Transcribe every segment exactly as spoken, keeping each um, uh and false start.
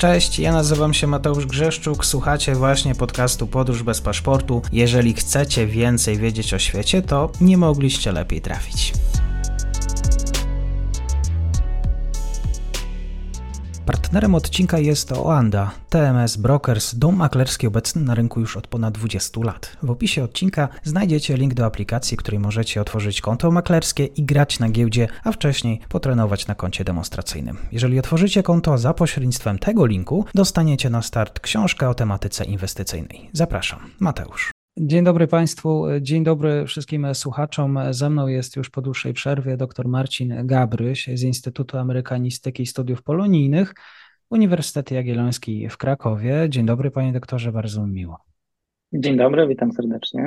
Cześć, ja nazywam się Mateusz Grzeszczuk, słuchacie właśnie podcastu Podróż bez paszportu. Jeżeli chcecie więcej wiedzieć o świecie, to nie mogliście lepiej trafić. Partnerem odcinka jest Oanda, T M S Brokers, dom maklerski obecny na rynku już od ponad dwudziestu lat. W opisie odcinka znajdziecie link do aplikacji, której możecie otworzyć konto maklerskie i grać na giełdzie, a wcześniej potrenować na koncie demonstracyjnym. Jeżeli otworzycie konto za pośrednictwem tego linku, dostaniecie na start książkę o tematyce inwestycyjnej. Zapraszam, Mateusz. Dzień dobry Państwu, dzień dobry wszystkim słuchaczom. Ze mną jest już po dłuższej przerwie dr Marcin Gabryś z Instytutu Amerykanistyki i Studiów Polonijnych, Uniwersytet Jagielloński w Krakowie. Dzień dobry Panie doktorze, bardzo mi miło. Dzień dobry, witam serdecznie.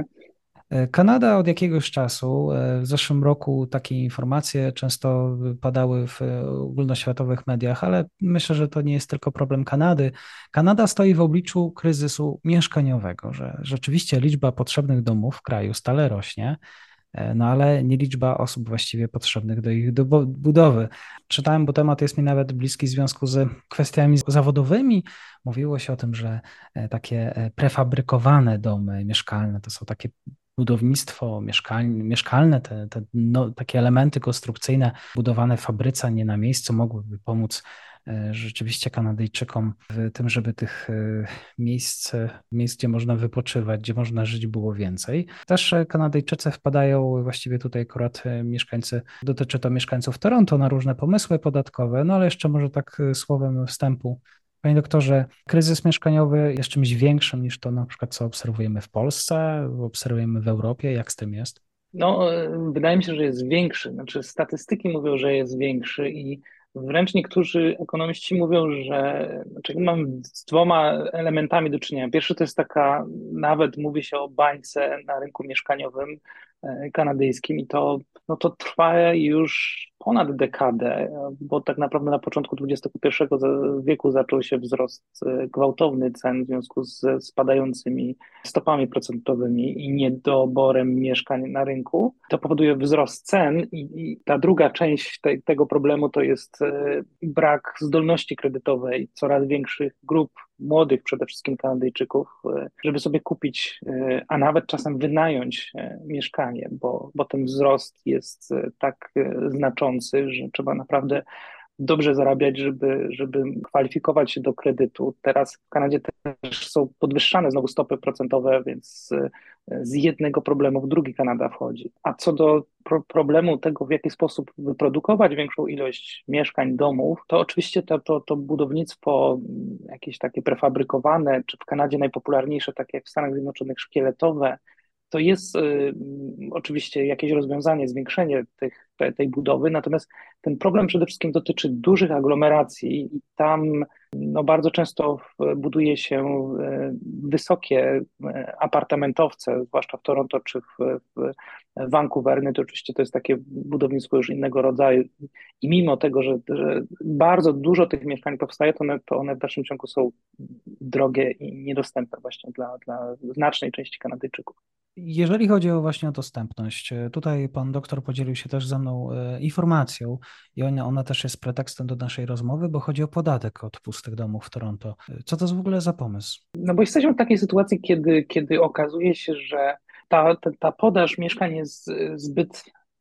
Kanada od jakiegoś czasu, w zeszłym roku takie informacje często padały w ogólnoświatowych mediach, ale myślę, że to nie jest tylko problem Kanady. Kanada stoi w obliczu kryzysu mieszkaniowego, że rzeczywiście liczba potrzebnych domów w kraju stale rośnie, no ale nie liczba osób właściwie potrzebnych do ich do budowy. Czytałem, bo temat jest mi nawet bliski w związku z kwestiami zawodowymi. Mówiło się o tym, że takie prefabrykowane domy mieszkalne to są takie budownictwo mieszkalne, mieszkalne te, te no, takie elementy konstrukcyjne budowane w fabryce, nie na miejscu, mogłyby pomóc rzeczywiście Kanadyjczykom w tym, żeby tych miejsc, miejsc, gdzie można wypoczywać, gdzie można żyć, było więcej. Też Kanadyjczycy wpadają, właściwie tutaj akurat mieszkańcy, dotyczy to mieszkańców Toronto, na różne pomysły podatkowe, no ale jeszcze może tak słowem wstępu. Panie doktorze, kryzys mieszkaniowy jest czymś większym niż to na przykład, co obserwujemy w Polsce, obserwujemy w Europie. Jak z tym jest? No, wydaje mi się, że jest większy. Znaczy, statystyki mówią, że jest większy i wręcz niektórzy ekonomiści mówią, że znaczy, mam z dwoma elementami do czynienia. Pierwszy to jest taka, nawet mówi się o bańce na rynku mieszkaniowym kanadyjskim i to, no to trwa już ponad dekadę, bo tak naprawdę na początku dwudziestego pierwszego wieku zaczął się wzrost gwałtowny cen w związku z spadającymi stopami procentowymi i niedoborem mieszkań na rynku. To powoduje wzrost cen i, i ta druga część te, tego problemu to jest brak zdolności kredytowej coraz większych grup młodych przede wszystkim Kanadyjczyków, żeby sobie kupić, a nawet czasem wynająć mieszkanie, bo, bo ten wzrost jest tak znaczący, że trzeba naprawdę dobrze zarabiać, żeby, żeby kwalifikować się do kredytu. Teraz w Kanadzie też są podwyższane znowu stopy procentowe, więc z jednego problemu w drugi Kanada wchodzi. A co do pro- problemu tego, w jaki sposób wyprodukować większą ilość mieszkań, domów, to oczywiście to, to, to budownictwo jakieś takie prefabrykowane, czy w Kanadzie najpopularniejsze, takie jak w Stanach Zjednoczonych, szkieletowe, to jest y, oczywiście jakieś rozwiązanie, zwiększenie tych, te, tej budowy, natomiast ten problem przede wszystkim dotyczy dużych aglomeracji i tam no, bardzo często buduje się y, wysokie y, apartamentowce, zwłaszcza w Toronto czy w, w Vancouver, no to oczywiście to jest takie budownictwo już innego rodzaju i mimo tego, że, że bardzo dużo tych mieszkań powstaje, to one, to one w dalszym ciągu są drogie i niedostępne właśnie dla, dla znacznej części Kanadyjczyków. Jeżeli chodzi o właśnie o dostępność, tutaj pan doktor podzielił się też ze mną informacją i ona, ona też jest pretekstem do naszej rozmowy, bo chodzi o podatek od pustych domów w Toronto. Co to jest w ogóle za pomysł? No bo jesteśmy w takiej sytuacji, kiedy, kiedy okazuje się, że ta, ta, ta podaż mieszkań jest zbyt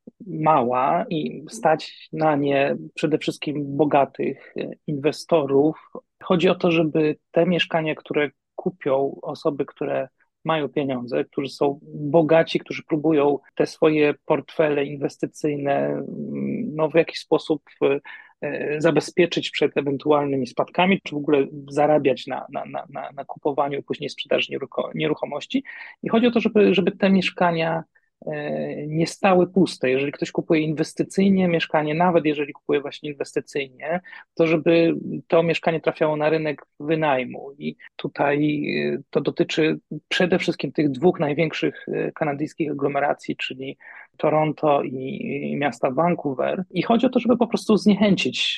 mała i stać na nie przede wszystkim bogatych inwestorów. Chodzi o to, żeby te mieszkania, które kupią osoby, które mają pieniądze, którzy są bogaci, którzy próbują te swoje portfele inwestycyjne no, w jakiś sposób zabezpieczyć przed ewentualnymi spadkami, czy w ogóle zarabiać na, na, na, na kupowaniu i później sprzedaży nieruchomości. I chodzi o to, żeby, żeby te mieszkania nie stały puste. Jeżeli ktoś kupuje inwestycyjnie mieszkanie, nawet jeżeli kupuje właśnie inwestycyjnie, to żeby to mieszkanie trafiało na rynek wynajmu. I tutaj to dotyczy przede wszystkim tych dwóch największych kanadyjskich aglomeracji, czyli Toronto i, i miasta Vancouver. I chodzi o to, żeby po prostu zniechęcić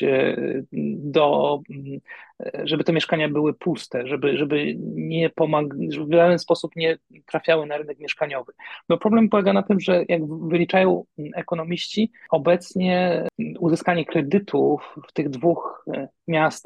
do, żeby te mieszkania były puste, żeby, żeby nie pomag- żeby w żaden sposób nie trafiały na rynek mieszkaniowy. No problem polega na tym, że jak wyliczają ekonomiści, obecnie uzyskanie kredytów w tych dwóch miastach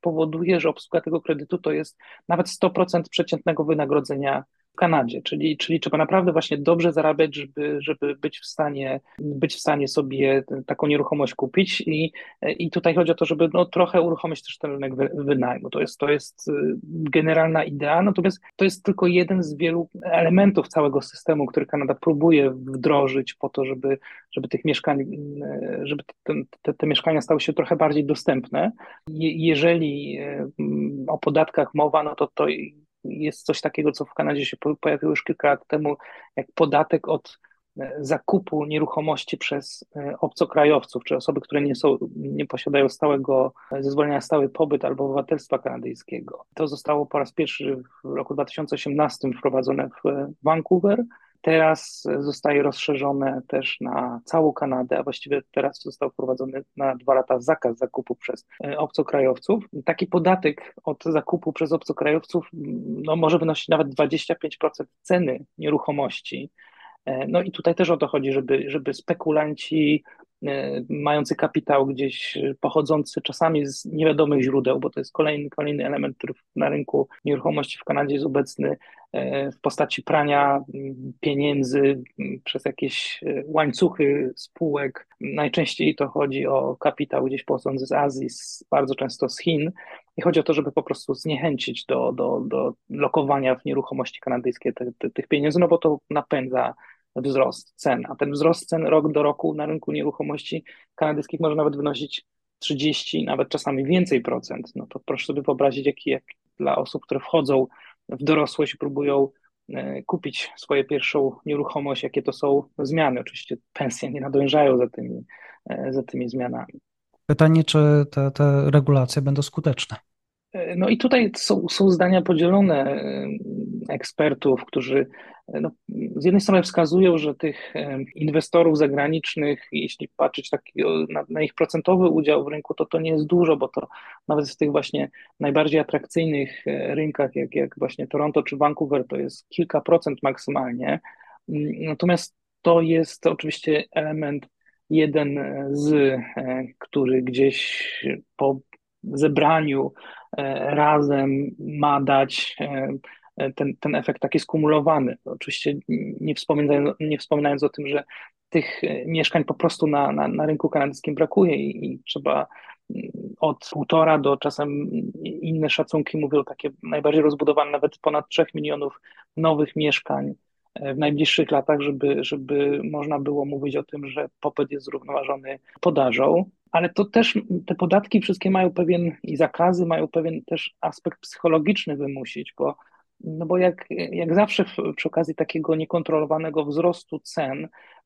powoduje, że obsługa tego kredytu to jest nawet sto procent przeciętnego wynagrodzenia w Kanadzie, czyli, czyli trzeba naprawdę właśnie dobrze zarabiać, żeby, żeby być w stanie, być w stanie sobie taką nieruchomość kupić i, i tutaj chodzi o to, żeby no, trochę uruchomić też ten rynek wy- wynajmu. To jest, to jest y, generalna idea, natomiast to jest tylko jeden z wielu elementów całego systemu, który Kanada próbuje wdrożyć po to, żeby, żeby tych mieszkań, y, żeby te, te, te mieszkania stały się trochę bardziej dostępne. Je, jeżeli y, o podatkach mowa, no to to jest coś takiego, co w Kanadzie się po- pojawiło już kilka lat temu, jak podatek od e, zakupu nieruchomości przez e, obcokrajowców, czy osoby, które nie są, nie posiadają stałego e, zezwolenia na stały pobyt albo obywatelstwa kanadyjskiego. To zostało po raz pierwszy w roku dwa tysiące osiemnastym wprowadzone w e, Vancouver. Teraz e, zostaje rozszerzone też na całą Kanadę, a właściwie teraz został wprowadzony na dwa lata zakaz zakupu przez e, obcokrajowców. Taki podatek od zakupu przez obcokrajowców m, no, może wynosić nawet dwadzieścia pięć procent ceny nieruchomości. E, No i tutaj też o to chodzi, żeby, żeby spekulanci e, mający kapitał gdzieś e, pochodzący czasami z niewiadomych źródeł, bo to jest kolejny, kolejny element, który na rynku nieruchomości w Kanadzie jest obecny e, w postaci prania m, pieniędzy m, przez jakieś e, łańcuchy spółek. Najczęściej to chodzi o kapitał gdzieś pochodzący z Azji, z, bardzo często z Chin. I chodzi o to, żeby po prostu zniechęcić do, do, do lokowania w nieruchomości kanadyjskiej te, te, tych pieniędzy, no bo to napędza wzrost cen, a ten wzrost cen rok do roku na rynku nieruchomości kanadyjskich może nawet wynosić trzydzieści, nawet czasami więcej procent. No to proszę sobie wyobrazić, jaki jak dla osób, które wchodzą w dorosłość i próbują e, kupić swoją pierwszą nieruchomość, jakie to są zmiany. Oczywiście pensje nie nadążają za tymi, e, za tymi zmianami. Pytanie, czy te, te regulacje będą skuteczne? E, No i tutaj są, są zdania podzielone e, ekspertów, którzy e, no, z jednej strony wskazują, że tych e, inwestorów zagranicznych, jeśli patrzeć tak na, na ich procentowy udział w rynku, to to nie jest dużo, bo to nawet w tych właśnie najbardziej atrakcyjnych e, rynkach, jak, jak właśnie Toronto czy Vancouver, to jest kilka procent maksymalnie. Mm, Natomiast to jest oczywiście element jeden z, e, który gdzieś po zebraniu e, razem ma dać e, e, ten, ten efekt taki skumulowany. Oczywiście nie wspominając, nie wspominając o tym, że tych e, mieszkań po prostu na, na, na rynku kanadyjskim brakuje i, i trzeba mm, od półtora do czasem inne szacunki mówią takie najbardziej rozbudowane, nawet ponad trzech milionów nowych mieszkań e, w najbliższych latach, żeby, żeby można było mówić o tym, że popyt jest zrównoważony podażą. Ale to też te podatki wszystkie mają pewien i zakazy mają pewien też aspekt psychologiczny wymusić, bo, no bo jak, jak zawsze w, przy okazji takiego niekontrolowanego wzrostu cen,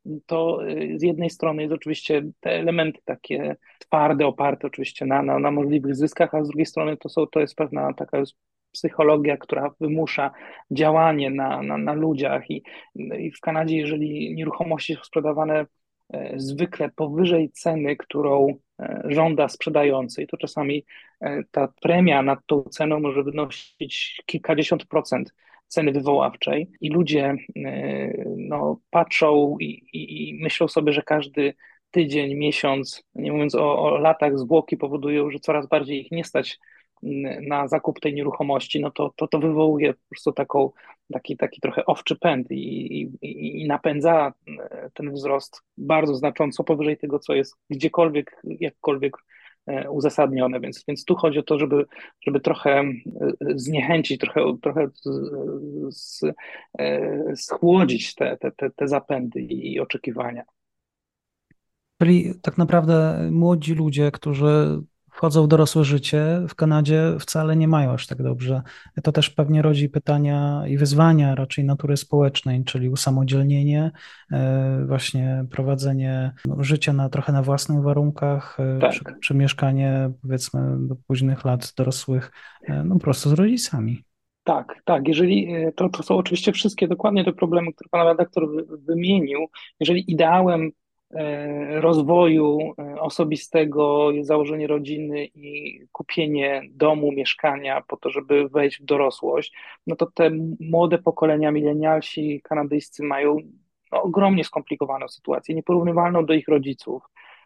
to y, z jednej strony jest oczywiście te elementy takie twarde, oparte oczywiście na, na, na możliwych zyskach, a z drugiej strony to są, to jest pewna taka psychologia, która wymusza działanie na, na, na ludziach i, i w Kanadzie, jeżeli nieruchomości są sprzedawane e, zwykle powyżej ceny, którą e, żąda sprzedający, i to czasami e, ta premia nad tą ceną może wynosić kilkadziesiąt procent ceny wywoławczej i ludzie e, no, patrzą i, i, i myślą sobie, że każdy tydzień, miesiąc, nie mówiąc o, o latach, zwłoki powodują, że coraz bardziej ich nie stać na zakup tej nieruchomości, no to, to, to wywołuje po prostu taką, taki, taki trochę owczy pęd i, i, i napędza e, ten wzrost bardzo znacząco powyżej tego, co jest gdziekolwiek, jakkolwiek e, uzasadnione. Więc, więc tu chodzi o to, żeby, żeby trochę e, zniechęcić, trochę, trochę z, z, e, schłodzić te, te, te, te zapędy i oczekiwania. Czyli tak naprawdę młodzi ludzie, którzy wchodzą w dorosłe życie w Kanadzie, wcale nie mają aż tak dobrze. To też pewnie rodzi pytania i wyzwania raczej natury społecznej, czyli usamodzielnienie, e, właśnie prowadzenie no, życia na, trochę na własnych warunkach, e, czy, Tak. czy mieszkanie powiedzmy do późnych lat dorosłych, e, no po prostu z rodzicami. Tak, tak. Jeżeli e, to, to są oczywiście wszystkie dokładnie te problemy, które pan redaktor wy- wymienił. Jeżeli ideałem e, rozwoju e, osobistego jest założenie rodziny i kupienie domu, mieszkania po to, żeby wejść w dorosłość, no to te młode pokolenia, milenialsi kanadyjscy mają no, ogromnie skomplikowaną sytuację, nieporównywalną do ich rodziców.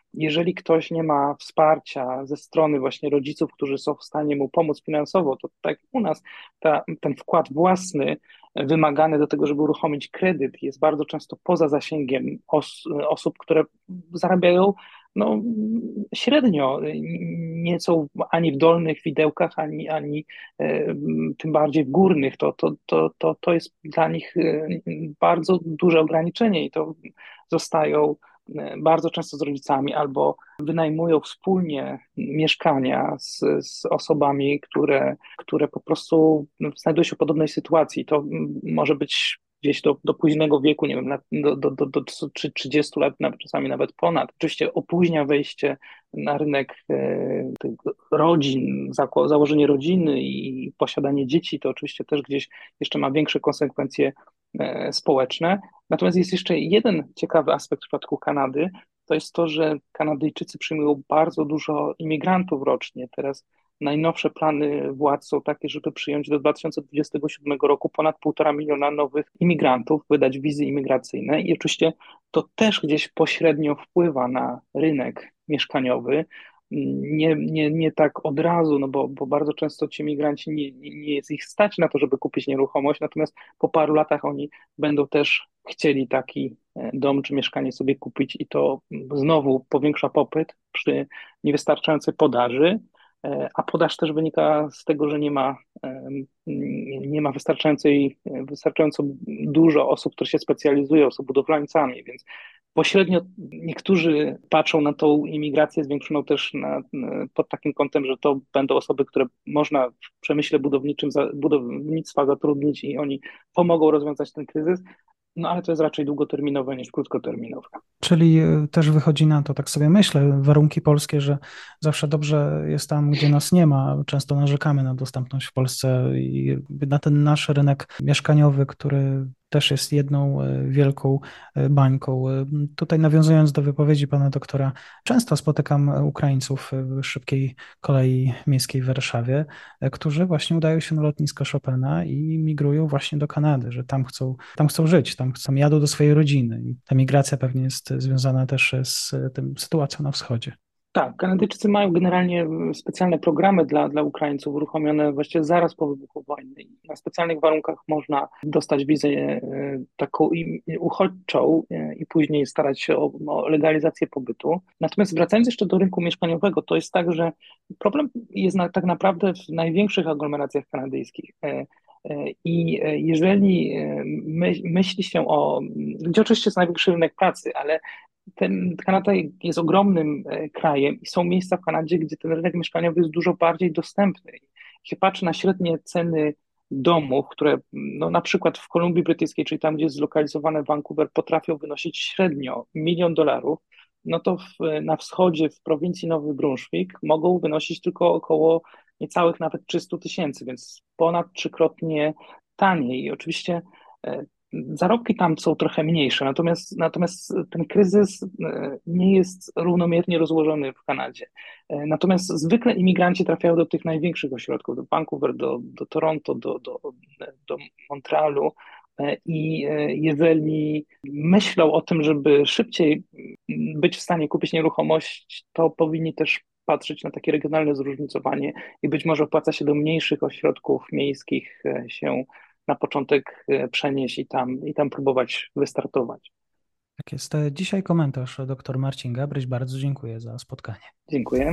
jeżeli ktoś nie ma wsparcia ze strony właśnie rodziców, którzy są w stanie mu pomóc finansowo, to tak jak u nas ta, ten wkład własny wymagany do tego, żeby uruchomić kredyt, jest bardzo często poza zasięgiem os osób, które zarabiają no, średnio, nie są ani w dolnych widełkach, ani, ani e, tym bardziej w górnych. To, to, to, to, to jest dla nich e, bardzo duże ograniczenie i to zostają e, bardzo często z rodzicami albo wynajmują wspólnie mieszkania z, z osobami, które, które po prostu znajdują się w podobnej sytuacji. To może być gdzieś do, do późnego wieku, nie wiem, do, do, do, do trzydziestu lat, nawet, czasami nawet ponad. Oczywiście opóźnia wejście na rynek e, tych rodzin, zako- założenie rodziny i posiadanie dzieci, to oczywiście też gdzieś jeszcze ma większe konsekwencje e, społeczne. Natomiast jest jeszcze jeden ciekawy aspekt w przypadku Kanady, to jest to, że Kanadyjczycy przyjmują bardzo dużo imigrantów rocznie. Teraz najnowsze plany władz są takie, żeby przyjąć do dwa tysiące dwudziestego siódmego roku ponad półtora miliona nowych imigrantów, wydać wizy imigracyjne i oczywiście to też gdzieś pośrednio wpływa na rynek mieszkaniowy. Nie, nie, nie tak od razu, no bo, bo bardzo często ci migranci nie, nie, nie jest ich stać na to, żeby kupić nieruchomość, natomiast po paru latach oni będą też chcieli taki e, dom czy mieszkanie sobie kupić i to znowu powiększa popyt przy niewystarczającej podaży. E, A podaż też wynika z tego, że nie ma, e, nie ma wystarczającej, wystarczająco dużo osób, które się specjalizują, są budowlańcami, więc pośrednio niektórzy patrzą na tą imigrację zwiększoną też na, pod takim kątem, że to będą osoby, które można w przemyśle budowniczym, budownictwa zatrudnić i oni pomogą rozwiązać ten kryzys, no ale to jest raczej długoterminowe niż krótkoterminowe. Czyli e, też wychodzi na to, tak sobie myślę, warunki polskie, że zawsze dobrze jest tam, gdzie nas nie ma. Często narzekamy na dostępność w Polsce i na ten nasz rynek mieszkaniowy, który też jest jedną e, wielką e, bańką. E, Tutaj nawiązując do wypowiedzi pana doktora, często spotykam Ukraińców w szybkiej kolei miejskiej w Warszawie, e, którzy właśnie udają się na lotnisko Chopina i migrują właśnie do Kanady, że tam chcą, tam chcą żyć, tam chcą, jadą do swojej rodziny. I ta migracja pewnie jest związana też z tym sytuacją na wschodzie. Tak, Kanadyjczycy mają generalnie specjalne programy dla, dla Ukraińców uruchomione właściwie zaraz po wybuchu wojny. Na specjalnych warunkach można dostać wizę e, taką i- uchodźczą e, i później starać się o, o legalizację pobytu. Natomiast wracając jeszcze do rynku mieszkaniowego, to jest tak, że problem jest na, tak naprawdę w największych aglomeracjach kanadyjskich. E, e, I e, jeżeli e, my, myśli się o, gdzie oczywiście jest największy rynek pracy, ale ten, Kanada jest ogromnym e, krajem i są miejsca w Kanadzie, gdzie ten rynek mieszkaniowy jest dużo bardziej dostępny. Jak się patrzy na średnie ceny domów, które no, na przykład w Kolumbii Brytyjskiej, czyli tam, gdzie jest zlokalizowany Vancouver, potrafią wynosić średnio milion dolarów, no to w, na wschodzie, w prowincji Nowy Brunswick mogą wynosić tylko około niecałych nawet trzysta tysięcy, więc ponad trzykrotnie taniej. I oczywiście e, zarobki tam są trochę mniejsze, natomiast, natomiast ten kryzys e, nie jest równomiernie rozłożony w Kanadzie. E, Natomiast zwykle imigranci trafiają do tych największych ośrodków, do Vancouver, do, do Toronto, do, do, do Montrealu. E, I e, jeżeli myślą o tym, żeby szybciej być w stanie kupić nieruchomość, to powinni też patrzeć na takie regionalne zróżnicowanie i być może opłaca się do mniejszych ośrodków miejskich e, się na początek e, przenieść i tam, i tam próbować wystartować. Tak jest. Dzisiaj komentarz dr Marcin Gabryś. Bardzo dziękuję za spotkanie. Dziękuję.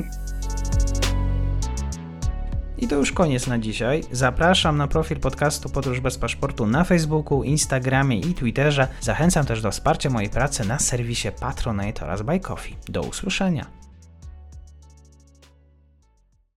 I to już koniec na dzisiaj. Zapraszam na profil podcastu Podróż bez paszportu na Facebooku, Instagramie i Twitterze. Zachęcam też do wsparcia mojej pracy na serwisie Patronite oraz Buy Coffee. Do usłyszenia.